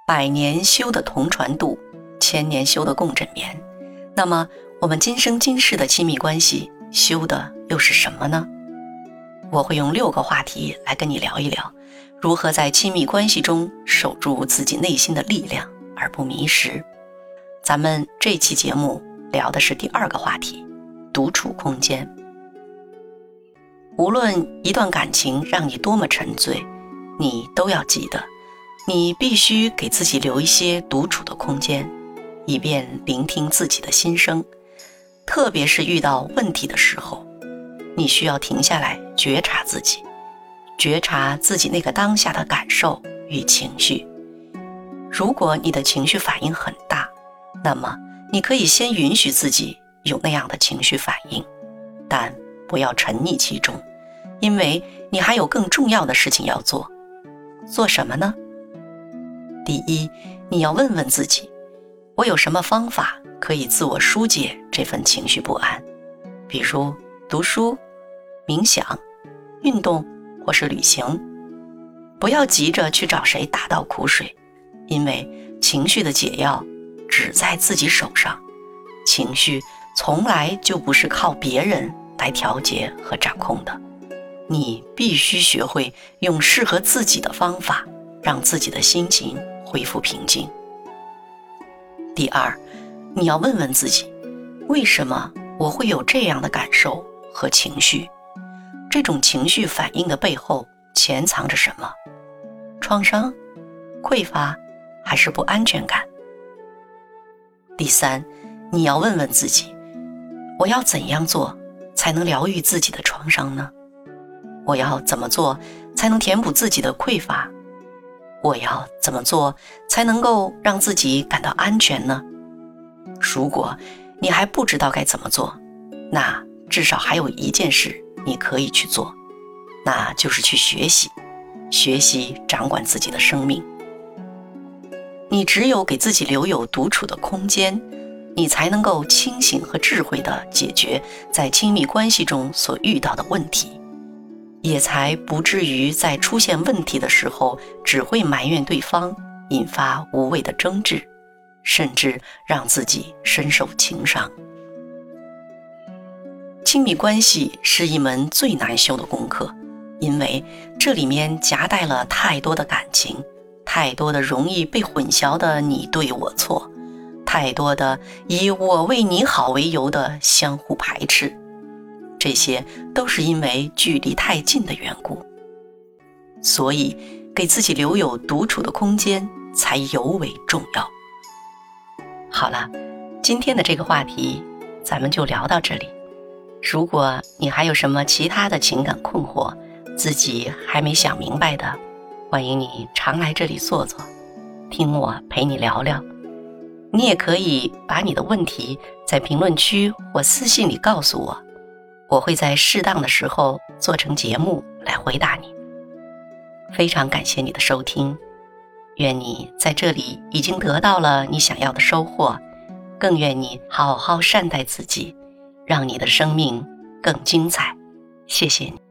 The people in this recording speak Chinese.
百年修的同船渡，千年修的共枕眠。那么我们今生今世的亲密关系修的又是什么呢？我会用6个话题来跟你聊一聊，如何在亲密关系中守住自己内心的力量而不迷失。咱们这期节目聊的是第2个话题，独处空间。无论一段感情让你多么沉醉，你都要记得，你必须给自己留一些独处的空间，以便聆听自己的心声。特别是遇到问题的时候，你需要停下来觉察自己，觉察自己那个当下的感受与情绪。如果你的情绪反应很大，那么你可以先允许自己有那样的情绪反应，但不要沉溺其中，因为你还有更重要的事情要做。做什么呢？第一，你要问问自己，我有什么方法可以自我疏解这份情绪不安？比如读书、冥想、运动或是旅行。不要急着去找谁大倒苦水，因为情绪的解药只在自己手上。情绪从来就不是靠别人来调节和掌控的，你必须学会用适合自己的方法，让自己的心情恢复平静。第2，你要问问自己，为什么我会有这样的感受和情绪？这种情绪反应的背后潜藏着什么？创伤、匮乏，还是不安全感？第3，你要问问自己，我要怎样做才能疗愈自己的创伤呢？我要怎么做才能填补自己的匮乏？我要怎么做才能够让自己感到安全呢？如果你还不知道该怎么做，那至少还有一件事你可以去做，那就是去学习掌管自己的生命。你只有给自己留有独处的空间，你才能够清醒和智慧地解决在亲密关系中所遇到的问题，也才不至于在出现问题的时候只会埋怨对方，引发无谓的争执，甚至让自己深受情伤。亲密关系是一门最难修的功课，因为这里面夹带了太多的感情，太多的容易被混淆的你对我错，太多的以我为你好为由的相互排斥，这些都是因为距离太近的缘故。所以给自己留有独处的空间才尤为重要。好了，今天的这个话题咱们就聊到这里。如果你还有什么其他的情感困惑，自己还没想明白的，欢迎你常来这里坐坐，听我陪你聊聊。你也可以把你的问题在评论区或私信里告诉我，我会在适当的时候做成节目来回答你。非常感谢你的收听，愿你在这里已经得到了你想要的收获，更愿你好好善待自己，让你的生命更精彩。谢谢你。